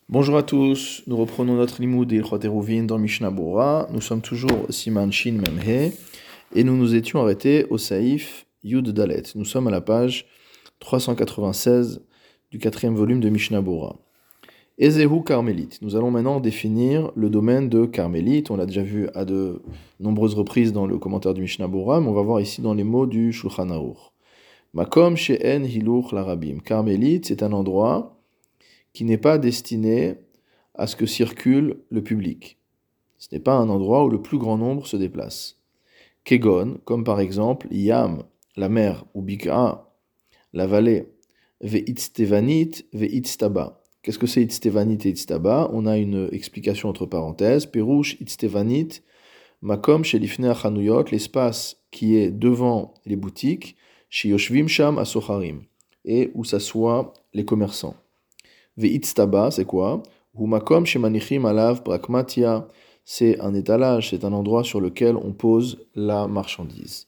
Bonjour à tous, nous reprenons notre limoud d'Ilchot Eruvin dans Mishnah Bora. Nous sommes toujours au Siman Shin Memhe et nous nous étions arrêtés au Saïf Yud Dalet. Nous sommes à la page 396 du quatrième volume de Mishnah Bora. Ezehu Carmélite. Nous allons maintenant définir le domaine de Carmélite. On l'a déjà vu à de nombreuses reprises dans le commentaire du Mishnah Bora, mais on va voir ici dans les mots du Shulchan Aruch. Makom she'en hiluch larabim. Carmélite, c'est un endroit qui n'est pas destiné à ce que circule le public. Ce n'est pas un endroit où le plus grand nombre se déplace. Kegon, comme par exemple Yam, la mer, ou Bika, la vallée, Ve'itztevanit, Ve'itztaba. Qu'est-ce que c'est Itztevanit et Itztaba? On a une explication entre parenthèses. Perouche Itztevanit, Makom Shelifne Achanuyot, l'espace qui est devant les boutiques, chez Yoshvim Sham Asocharim, et où s'assoient les commerçants. Ve'itztaba, c'est quoi? Humakom shemanichim alav brakmatia, c'est un étalage, c'est un endroit sur lequel on pose la marchandise.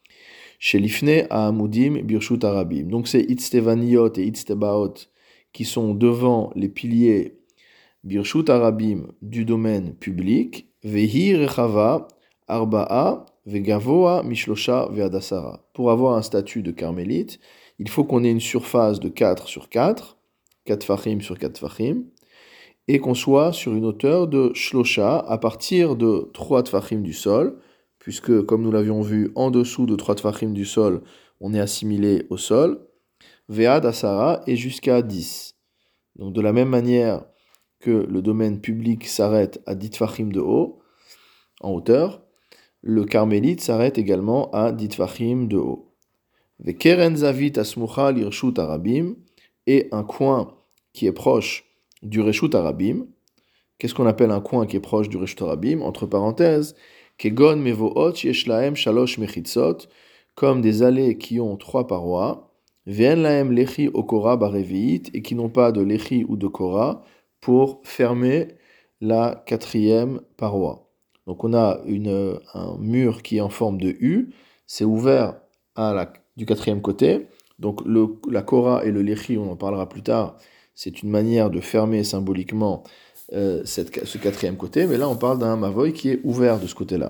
Shelifne ahamudim birshut arabim. Donc c'est itztevaniot et itztebaot qui sont devant les piliers birshut arabim du domaine public. Vehi rechava arba'a vegavoa mishlosha ve'adasara. Pour avoir un statut de carmélite, il faut qu'on ait une surface de 4 sur 4 fachim sur 4 fachim, et qu'on soit sur une hauteur de shlosha à partir de 3 tfachim du sol, puisque, comme nous l'avions vu, en dessous de 3 tfachim du sol, on est assimilé au sol, ve'ad asara, et jusqu'à 10. Donc de la même manière que le domaine public s'arrête à 10 tfachim de haut, en hauteur, le carmélite s'arrête également à 10 tfachim de haut. Ve'keren zavit asmucha lirshut arabim, et un coin qui est proche du Reshut Arabim. Qu'est-ce qu'on appelle un coin qui est proche du Reshut Arabim? Entre parenthèses, Kegon mevoot yesh lahem shalosh mechitzot, comme des allées qui ont 3 parois, Ve'en lahem lechi okora bareviit, et qui n'ont pas de lechi ou de kora pour fermer la 4e paroi. Donc on a un mur qui est en forme de U, c'est ouvert du 4e côté. Donc la Kora et le Lechi, on en parlera plus tard, c'est une manière de fermer symboliquement ce 4e côté, mais là on parle d'un Mavoy qui est ouvert de ce côté-là.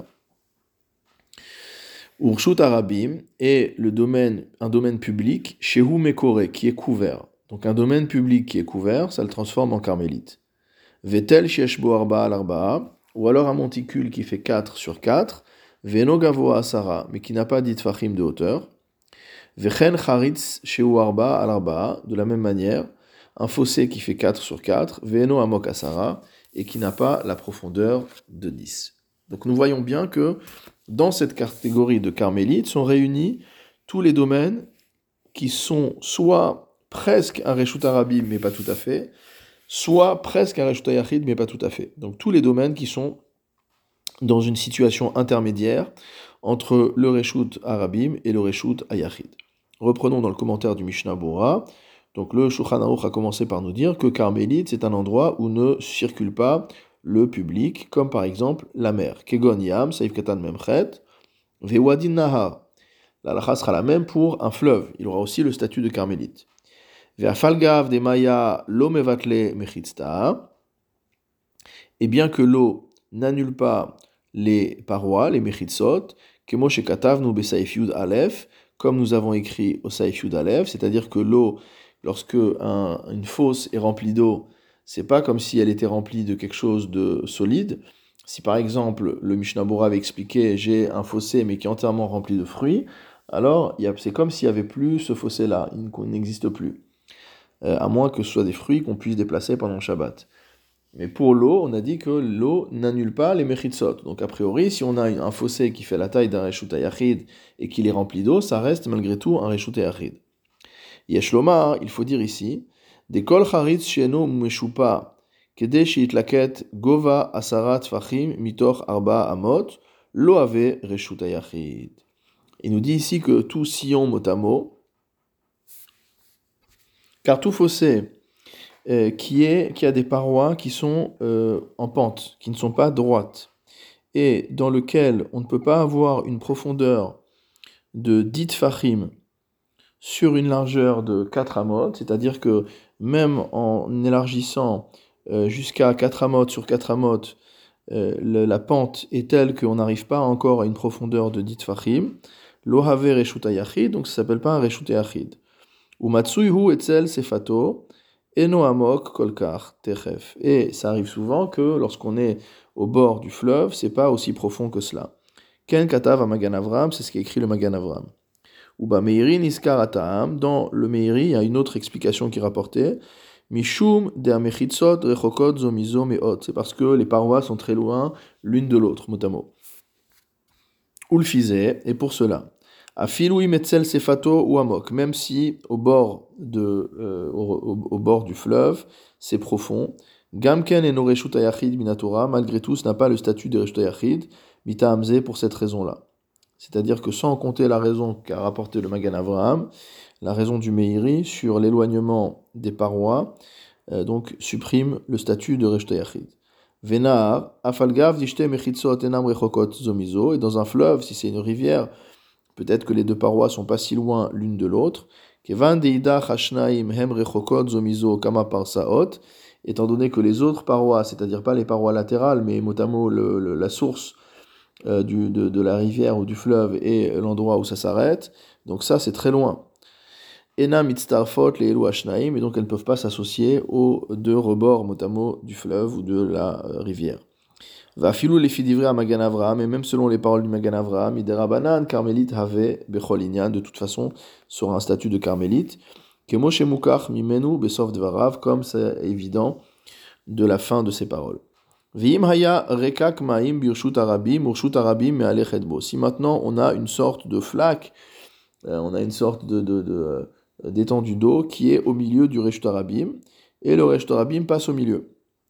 Urshut Arabim est un domaine public, Shehu Mekore, qui est couvert. Donc un domaine public qui est couvert, ça le transforme en carmélite. Vetel Sheshbo Arba al Arba'a, ou alors un monticule qui fait 4 sur 4, Veno Gavoa Asara, mais qui n'a pas dit Tfachim de hauteur. Vechen charitz sheu arba al arba, de la même manière, un fossé qui fait 4 sur 4, ve'eno amok asara, et qui n'a pas la profondeur de 10. Donc nous voyons bien que dans cette catégorie de carmélites sont réunis tous les domaines qui sont soit presque un reshut arabim, mais pas tout à fait, soit presque un reshut ayachid, mais pas tout à fait. Donc tous les domaines qui sont dans une situation intermédiaire entre le reshut arabim et le reshut ayachid. Reprenons dans le commentaire du Mishnah Bora. Donc le Shulchan Aruch a commencé par nous dire que Carmélite, c'est un endroit où ne circule pas le public, comme par exemple la mer. Kegon Yam, Saïf Katan Memchet, Vewadin Nahar. La halakha sera la même pour un fleuve. Il aura aussi le statut de Carmélite. Ve'afalgav de Maya lo mevatle mechitzta. Et bien que l'eau n'annule pas les parois, les mechitzot, kemo shekatav nu besaïf yud alef, comme nous avons écrit au Saïf Yud Aleph, c'est-à-dire que l'eau, lorsque une fosse est remplie d'eau, c'est pas comme si elle était remplie de quelque chose de solide. Si par exemple, le Mishnah Bora avait expliqué, j'ai un fossé mais qui est entièrement rempli de fruits, alors c'est comme s'il n'y avait plus ce fossé-là, il n'existe plus. À moins que ce soit des fruits qu'on puisse déplacer pendant le Shabbat. Mais pour l'eau, on a dit que l'eau n'annule pas les mechitzot. Donc a priori, si on a un fossé qui fait la taille d'un reshut hayachid et qu'il est rempli d'eau, ça reste malgré tout un reshut hayachid. Yesh lomar, il faut dire ici, des kol charitz sheno meshupa kede sheitlaket gova asarat tfachim mitoch arba amot lo ave reshut hayachid. Il nous dit ici que tout sillon mot à mot, car tout fossé qui a des parois qui sont en pente, qui ne sont pas droites, et dans lequel on ne peut pas avoir une profondeur de 10 tfachim sur une largeur de 4 amot, c'est-à-dire que même en élargissant jusqu'à 4 amot sur 4 amot, la pente est telle qu'on n'arrive pas encore à une profondeur de 10 tfachim, lo have reshut hayachid, donc ça s'appelle pas un reshut hayachid. Ou matsuyhu etzel sefato, eno amok kolkar techef. Et ça arrive souvent que lorsqu'on est au bord du fleuve, c'est pas aussi profond que cela. Ken katav a Magan Avram, c'est ce qu'écrit le Magan Avram. Ou ba meiri niskar ataam, dans le meiri, il y a une autre explication qui est rapportée. Mishum der mechitzot rechokot zomizo meot. C'est parce que les parois sont très loin l'une de l'autre, mot à mot. Ou le fizé, et pour cela. Afilou imetzel sefato ou amok, même si au bord du fleuve, c'est profond. Gamken et no reshut hayachid minatora, malgré tout, ce n'a pas le statut de reshut hayachid, mita hamze pour cette raison-là. C'est-à-dire que sans compter la raison qu'a rapporté le Magan Avraham, la raison du Meiri sur l'éloignement des parois, donc supprime le statut de reshut hayachid. Venar, afalgav dishte mechitzot enam rechokot zomizo, et dans un fleuve, si c'est une rivière, peut-être que les deux parois sont pas si loin l'une de l'autre. Kevan deidach hashnaim hem rechokot zomizo kama parsaot, étant donné que les autres parois, c'est-à-dire pas les parois latérales, mais mot à mot la source de la rivière ou du fleuve et l'endroit où ça s'arrête, donc ça c'est très loin. Ena mitztarfot le elu hashnaim, et donc elles ne peuvent pas s'associer aux deux rebords mot à mot du fleuve ou de la rivière. Va filou les fidivri à Magan Avraham, et même selon les paroles du Magan Avraham, idera banan carmélite have bechol inyan, de toute façon sur un statut de carmélite, que moshe mukach mimenu besov dvarav, comme c'est évident de la fin de ces paroles. V'im haya rekak ma'im birshut arabim urshut arabim me'alechet bo. Si maintenant on a une sorte de flaque, on a une sorte d'étendue d'eau qui est au milieu du reshut arabim, et le reshut arabim passe au milieu.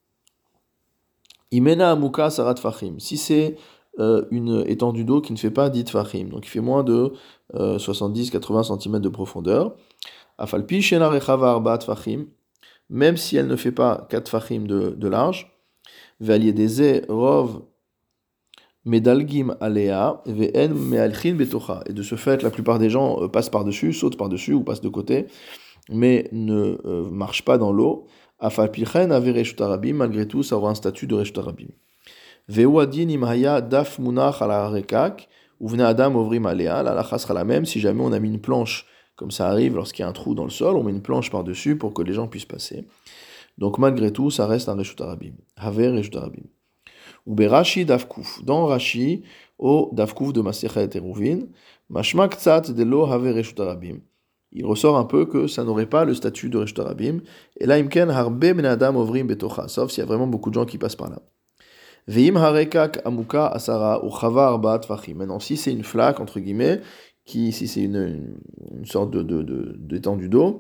Imena amuka sarat fachim. Si c'est une étendue d'eau qui ne fait pas 10 tfachim, donc qui fait moins de 70-80 cm de profondeur, afalpi shena rechava arba tfachim, même si elle ne fait pas 4 tfachim de large, ve'aliedeze rov medalgim alea ve'en me'alchin betocha. Et de ce fait, la plupart des gens passent par-dessus, sautent par-dessus ou passent de côté, mais ne marchent pas dans l'eau. Afalpichen ave reshut arabim, malgré tout, ça aura un statut de reshut arabim. Ve'uadin imhaya daf munach ala rekak, uvne adam ovrim alea, la lacha sera la même si jamais on a mis une planche, comme ça arrive lorsqu'il y a un trou dans le sol, on met une planche par-dessus pour que les gens puissent passer. Donc malgré tout, ça reste un reshut arabim. Have reshut arabim. Ou berashi dafkuf. Dans Rashi, au dafkuf de Masechet Eruvin, mashma ktsat de lo have reshut arabim. Il ressort un peu que ça n'aurait pas le statut de reshut arabim. Et là, imken harbe ben adam ovrim betocha, sauf s'il y a vraiment beaucoup de gens qui passent par là. Veim harekak amuka asara ou chava arba tvachim. Maintenant, si c'est une flaque entre guillemets, si c'est une sorte d'étendue d'eau,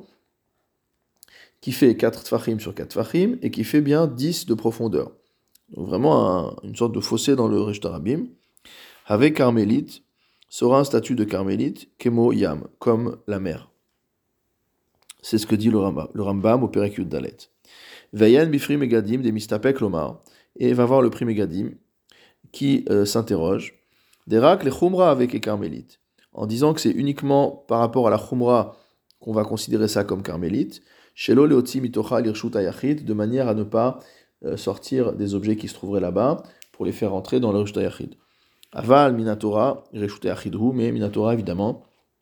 qui fait 4 tfachim sur 4 tfachim, et qui fait bien 10 de profondeur. Donc vraiment une sorte de fossé dans le reshut arabim. Avec carmélite, sera un statut de carmélite, kemo yam, comme la mer. C'est ce que dit le Rambam au Perek Yud Dalet. Vayan bifri megadim de mistapek lomar, et va voir le prix megadim qui s'interroge. Derak le chumra avec les carmélites, en disant que c'est uniquement par rapport à la chumra qu'on va considérer ça comme carmélite. Shelo leotzi mitocha lirshut hayachid, de manière à ne pas sortir des objets qui se trouveraient là-bas pour les faire entrer dans le reshut hayachid. Aval minatora reshut hayachidhu, mais minatora évidemment,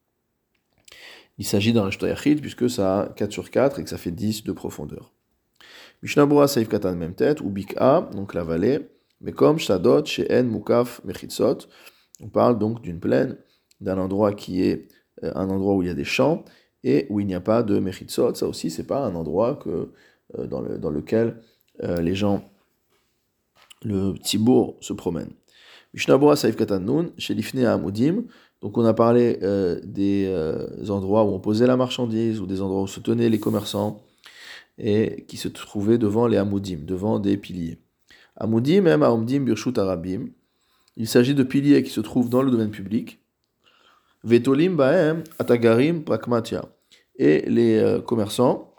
il s'agit d'un reshut hayachid puisque ça a 4 sur 4 et que ça fait 10 de profondeur. Mishnah Bora Saif Katan même tête, ou Bik'a, donc la vallée, mais comme Shadot, She'en, Mukaf, Mechitzot, on parle donc d'une plaine, d'un endroit qui est un endroit où il y a des champs et où il n'y a pas de Mechitzot. Ça aussi, c'est pas un endroit dans lequel les gens, le Tzibour, se promènent. Mishnah Bora Saif Katan Nun, chez Lifnei Amudim, donc on a parlé des endroits où on posait la marchandise, ou des endroits où se tenaient les commerçants, et qui se trouvaient devant les Amoudim, devant des piliers. Amoudim, même Amoudim Birshut Arabim, il s'agit de piliers qui se trouvent dans le domaine public. Vetolim Baem Atagarim Prakmatia. Et les commerçants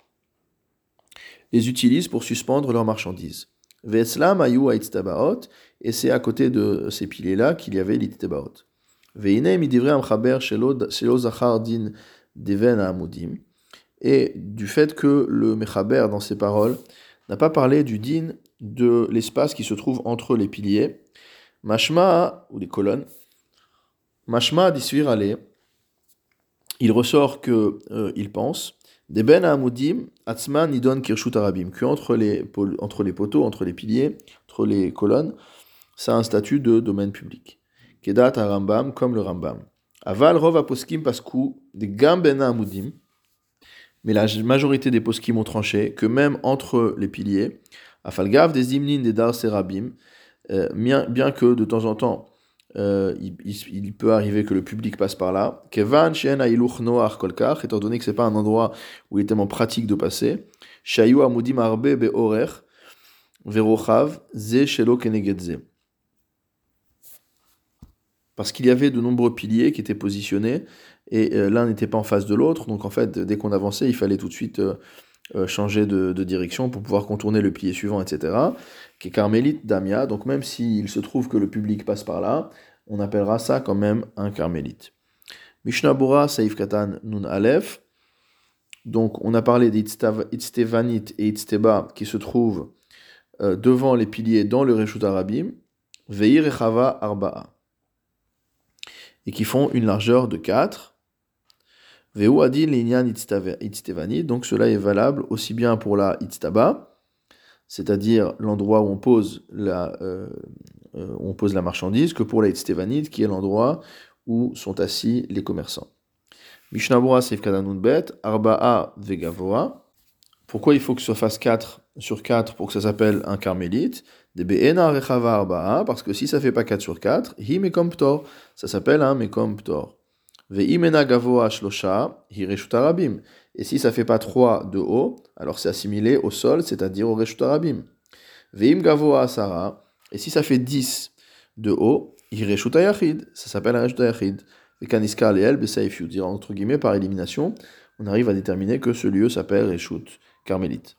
les utilisent pour suspendre leurs marchandises. Ve'etzlam Ayu Aitztabaot, et c'est à côté de ces piliers-là qu'il y avait l'Itztabaot. Ve'inem Idivre Amchaber Shelo Zachar Din Deven Amoudim. Et du fait que le Mechaber, dans ses paroles, n'a pas parlé du din de l'espace qui se trouve entre les piliers, mashma, ou les colonnes, mashma d'isvir ale, il ressort que il pense, des ben amudim, atzman nidon kirshut arabim, que entre les poteaux, entre les piliers, entre les colonnes, ça a un statut de domaine public. Kedat à Rambam, comme le Rambam. Aval rov aposkim pasku, des gam ben amudim, mais la majorité des poskim ont tranché que même entre les piliers, afalgav des imnin des dar serabim, bien que de temps en temps, il peut arriver que le public passe par là, kevan shen ailuch noach kolkach, étant donné que c'est pas un endroit où il est tellement pratique de passer, shayu amudim arbe beorer, verochav, ze shelo kenegedze. Parce qu'il y avait de nombreux piliers qui étaient positionnés, et l'un n'était pas en face de l'autre, donc en fait, dès qu'on avançait, il fallait tout de suite changer de direction pour pouvoir contourner le pilier suivant, etc. Qui est carmélite damia, donc même s'il se trouve que le public passe par là, on appellera ça quand même un carmélite. Mishnah Bora, Saïf Katan, Nun Aleph, donc on a parlé d'Itztevanit et Itzteba qui se trouvent devant les piliers dans le Reshut Arabim, Veir Echava Arba'a, et qui font une largeur de 4. Veu adin l'inyan itztevani, donc cela est valable aussi bien pour la itztaba, c'est-à-dire l'endroit où on pose la marchandise, que pour la itztevanite, qui est l'endroit où sont assis les commerçants. Mishnah Bora Seif Kadanun Bet, Arba'a Vegavoa. Pourquoi il faut que ce fasse 4 sur 4 pour que ça s'appelle un carmélite? Debe'ena Rechava Arba'a, parce que si ça fait pas 4 sur 4, hi mekom ptor, ça s'appelle un mekom ptor. Ve'imena gavoa shlosha, hi reshut arabim. Et si ça fait pas 3 de haut, alors c'est assimilé au sol, c'est-à-dire au reshut arabim. Ve'im gavoa asara, et si ça fait 10 de haut, hi reshut ayachid, ça s'appelle un reshut ayachid. Ve'kaniska leel besaif yud, dire entre guillemets par élimination, on arrive à déterminer que ce lieu s'appelle reshut carmélite.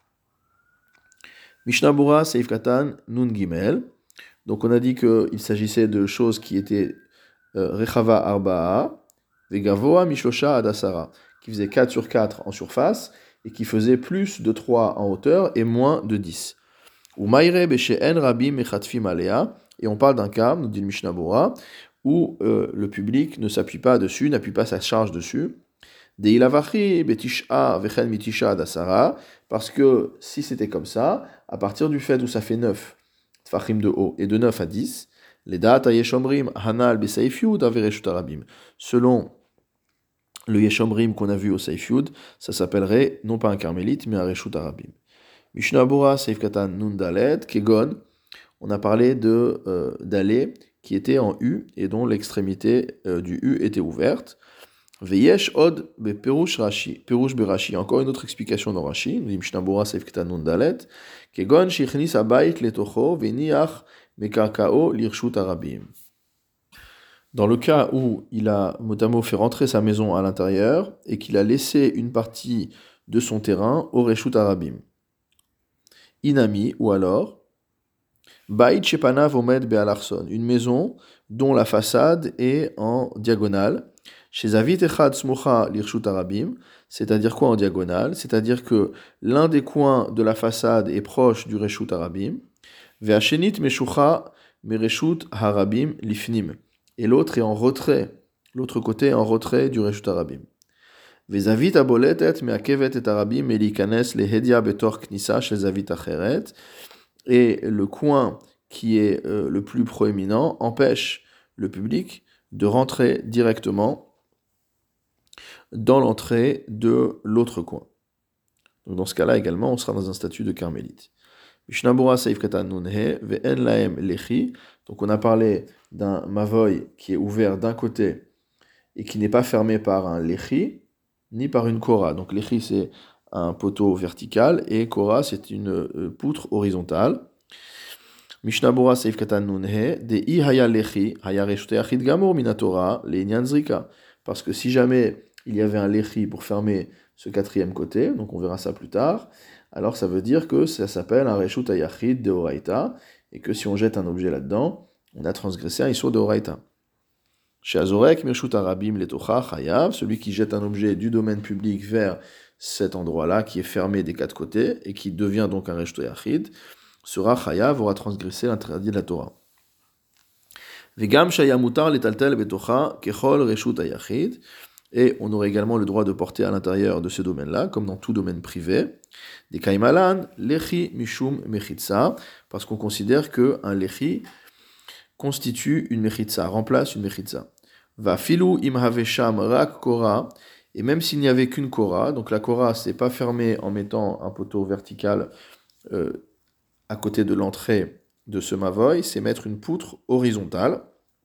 Mishnah Bora Seif Katan Nun Gimel. Donc on a dit qu'il s'agissait de choses qui étaient Rechava Arba'a, Vegavoa Mishlosha Adasara, qui faisait 4 sur 4 en surface et qui faisait plus de 3 en hauteur et moins de 10. Ou Maire Beshe'en Rabim Mechatfim Alea, et on parle d'un cas, nous dit le Mishnah Bora, où le public ne s'appuie pas dessus, n'appuie pas sa charge dessus. Deilavachi Betisha Vechen Mitisha Adasara, parce que si c'était comme ça, à partir du fait où ça fait 9 tfachim de haut et de 9 à 10, les dates à Yeshomrim, Hanal Besaifyud, Avereshut Arabim. Selon le Yeshomrim qu'on a vu au Saifyud, ça s'appellerait non pas un carmélite, mais un Reshut Arabim. Mishnah Bora, Saif Katan Nun Dalet, Kegon, on a parlé d'allées qui était en U et dont l'extrémité du U était ouverte. Veyesh od be perush Rashi, perush be Rashi. Encore une autre explication dans Rashi. Nous dit Mishnah Bora Saif Katan Nun Dalet, Kegon shichnis abayit letocho veniach Mekakao lirshut arabim. Dans le cas où il a mot à mot fait rentrer sa maison à l'intérieur et qu'il a laissé une partie de son terrain au reshut arabim. Inami, ou alors, Bait shepanav omed be'alarson, une maison dont la façade est en diagonale. Chez Avit echad smucha lirshut arabim, c'est-à-dire quoi en diagonale? C'est-à-dire que l'un des coins de la façade est proche du reshut arabim. Ve'ashenit meshucha mereshut harabim lifnim. Et l'autre est en retrait, l'autre côté est en retrait du reshut harabim. Ve'zavit aboletet me'akevet et harabim elikanes lehedia betor knisa shel zavit acheret. Et le coin qui est le plus proéminent empêche le public de rentrer directement dans l'entrée de l'autre coin. Donc dans ce cas-là également, on sera dans un statut de carmélite. Mishnah Bora Saif Katan Nunhe, Ve'en Laem Lechi. Donc on a parlé d'un mavoy qui est ouvert d'un côté et qui n'est pas fermé par un lechi, ni par une kora. Donc lechi c'est un poteau vertical et kora c'est une poutre horizontale. Mishnah Bora Saif Katan Nunhe, De I Haya Lechi, Haya Reshute Achid Gamor Minatora, Le'inyan Zrika. Parce que si jamais il y avait un lechi pour fermer ce quatrième côté, donc on verra ça plus tard, alors ça veut dire que ça s'appelle un reshut ayachid de Horaïta, et que si on jette un objet là-dedans, on a transgressé un issur de Horaïta. Chez Azorek, Mirshut Arabim Letocha Chayav, celui qui jette un objet du domaine public vers cet endroit-là qui est fermé des quatre côtés et qui devient donc un Reshut Yachid, sera chayav, aura transgressé l'interdit de la Torah. Vegam shayamutar letaltel betocha kechol Reshut Yachid. Et on aurait également le droit de porter à l'intérieur de ce domaine-là, comme dans tout domaine privé, des kaimalan, lechi mishum mechitza, parce qu'on considère qu'un lechi constitue une mechitza, remplace une mechitza. Va filou imhavesham rak kora, et même s'il n'y avait qu'une kora, donc la kora c'est pas fermé en mettant un poteau vertical à côté de l'entrée de ce mavoy, c'est mettre une poutre horizontale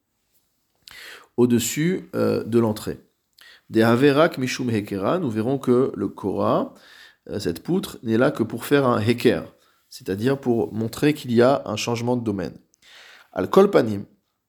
au-dessus de l'entrée. Des haverak mishum hekera, nous verrons que le kora, cette poutre, n'est là que pour faire un heker, c'est-à-dire pour montrer qu'il y a un changement de domaine. Al kol panim,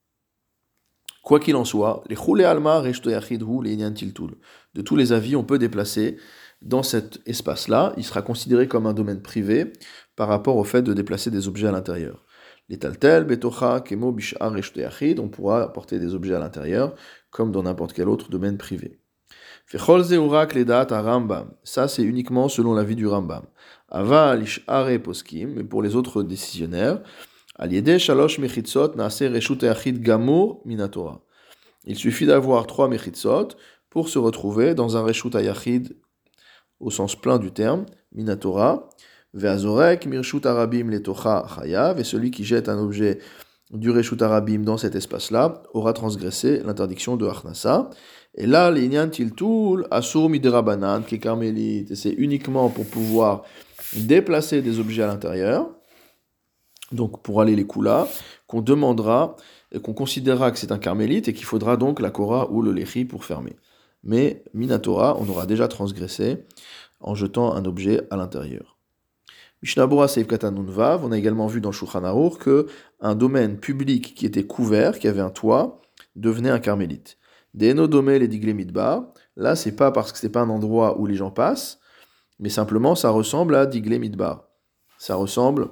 quoi qu'il en soit, les choulé alma reshto yachid hu le'inyan tiltul. De tous les avis, on peut déplacer dans cet espace-là, il sera considéré comme un domaine privé par rapport au fait de déplacer des objets à l'intérieur. Les taltel, betocha, kemo, bishar, reshto yachid, on pourra apporter des objets à l'intérieur, comme dans n'importe quel autre domaine privé. Fechol zeurak ledat à Rambam. Ça, c'est uniquement selon l'avis du Rambam. Ava lishare poskim, mais pour les autres décisionnaires, aliede shalosh mechitzot naase reshut yachid gamur minatora. Il suffit d'avoir 3 mechitzot pour se retrouver dans un reshut yachid au sens plein du terme, minatora. Ve'azorek mirshut arabim letocha chayav, et celui qui jette un objet du reshut arabim dans cet espace-là aura transgressé l'interdiction de Achnasa. Et là, l'inyan tiltul asur miderabanan qui est carmélite, et c'est uniquement pour pouvoir déplacer des objets à l'intérieur, donc pour aller les kula, qu'on demandera et qu'on considérera que c'est un carmélite et qu'il faudra donc la kora ou le lechi pour fermer. Mais minatora, on aura déjà transgressé en jetant un objet à l'intérieur. Mishnah Bora Seif Katanun Vav, on a également vu dans Shulchan Aruch que un domaine public qui était couvert, qui avait un toit, devenait un carmélite. Deno domé les diglé midbar, là c'est pas parce que c'est pas un endroit où les gens passent, mais simplement ça ressemble à diglé midbar. Ça ne ressemble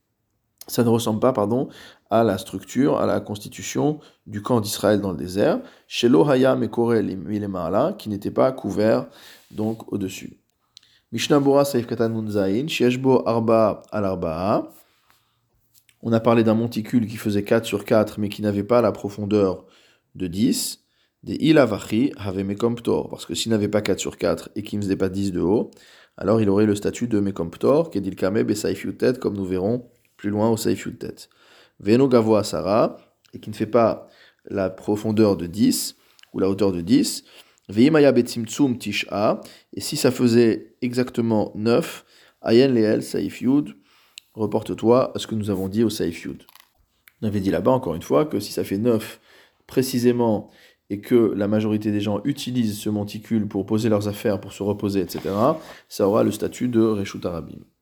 pas, à la structure, à la constitution du camp d'Israël dans le désert, chez l'Ohaya Mekorel Milemala, qui n'était pas couvert donc au-dessus. Mishnah Bora Saif Katan Munzain, Shieshbo Arba al Arbaa. On a parlé d'un monticule qui faisait 4 sur 4, mais qui n'avait pas la profondeur de 10. Des ilavachi have mekomptor, parce que s'il n'avait pas 4 sur 4 et qu'il ne faisait pas 10 de haut, alors il aurait le statut de mekomptor, qui est dilkame be saif yutet, comme nous verrons plus loin au saif yutet. Veno gavo asara, et qui ne fait pas la profondeur de 10, ou la hauteur de 10. Veimaya betzimtzum tisha, et si ça faisait exactement 9, ayen leel saif yud, reporte-toi à ce que nous avons dit au saif yud. On avait dit là-bas encore une fois que si ça fait 9 précisément, et que la majorité des gens utilisent ce monticule pour poser leurs affaires, pour se reposer, etc., ça aura le statut de Reshut Arabim.